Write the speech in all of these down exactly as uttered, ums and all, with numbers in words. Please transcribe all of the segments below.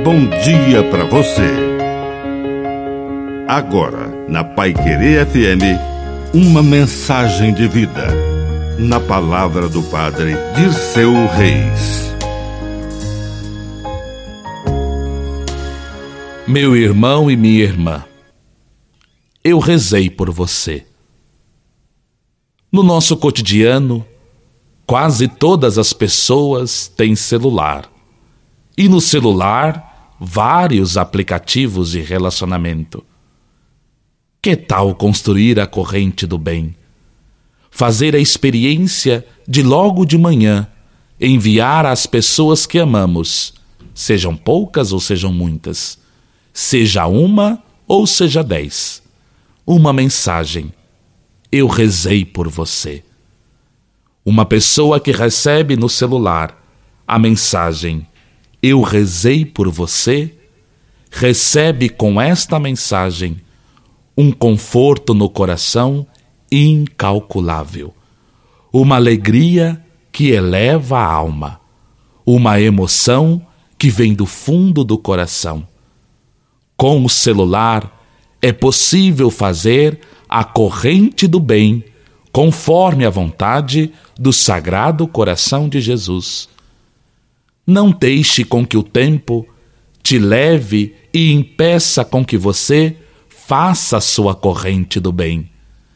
bom dia para você. Agora, na Paiquerê F M, uma mensagem de vida. Na palavra do Padre Dirceu Reis. Meu irmão e minha irmã, eu rezei por você. No nosso cotidiano, quase todas as pessoas têm celular. E no celular, vários aplicativos de relacionamento. Que tal construir a corrente do bem? Fazer a experiência de logo de manhã enviar às pessoas que amamos, sejam poucas ou sejam muitas, seja uma ou seja dez, uma mensagem: eu rezei por você. Uma pessoa que recebe no celular a mensagem eu rezei por você, recebe com esta mensagem um conforto no coração incalculável, uma alegria que eleva a alma, uma emoção que vem do fundo do coração. Com o celular é possível fazer a corrente do bem conforme a vontade do Sagrado Coração de Jesus. Não deixe com que o tempo te leve e impeça com que você faça a sua corrente do bem,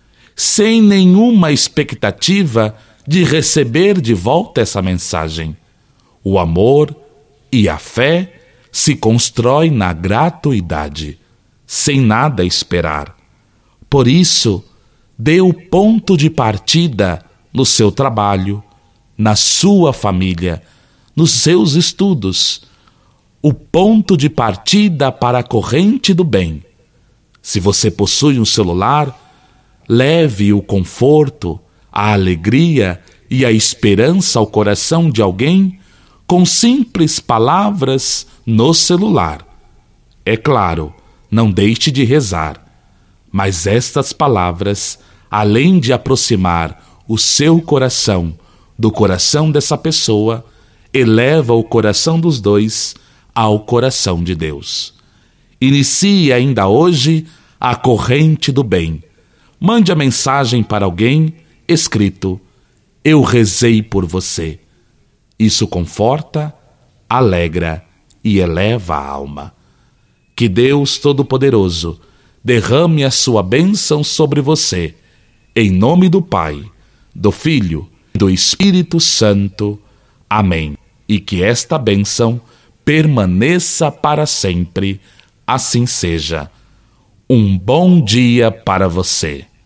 sem nenhuma expectativa de receber de volta essa mensagem. O amor e a fé se constroem na gratuidade, sem nada esperar. Por isso, dê o ponto de partida no seu trabalho, na sua família, nos seus estudos, o ponto de partida para a corrente do bem. Se você possui um celular, leve o conforto, a alegria e a esperança ao coração de alguém com simples palavras no celular. É claro, não deixe de rezar, mas estas palavras, além de aproximar o seu coração do coração dessa pessoa, eleva o coração dos dois ao coração de Deus. Inicie ainda hoje a corrente do bem. Mande a mensagem para alguém escrito: eu rezei por você. Isso conforta, alegra e eleva a alma. Que Deus Todo-Poderoso derrame a sua bênção sobre você, em nome do Pai, do Filho e do Espírito Santo. Amém. E que esta bênção permaneça para sempre. Assim seja. Um bom dia para você.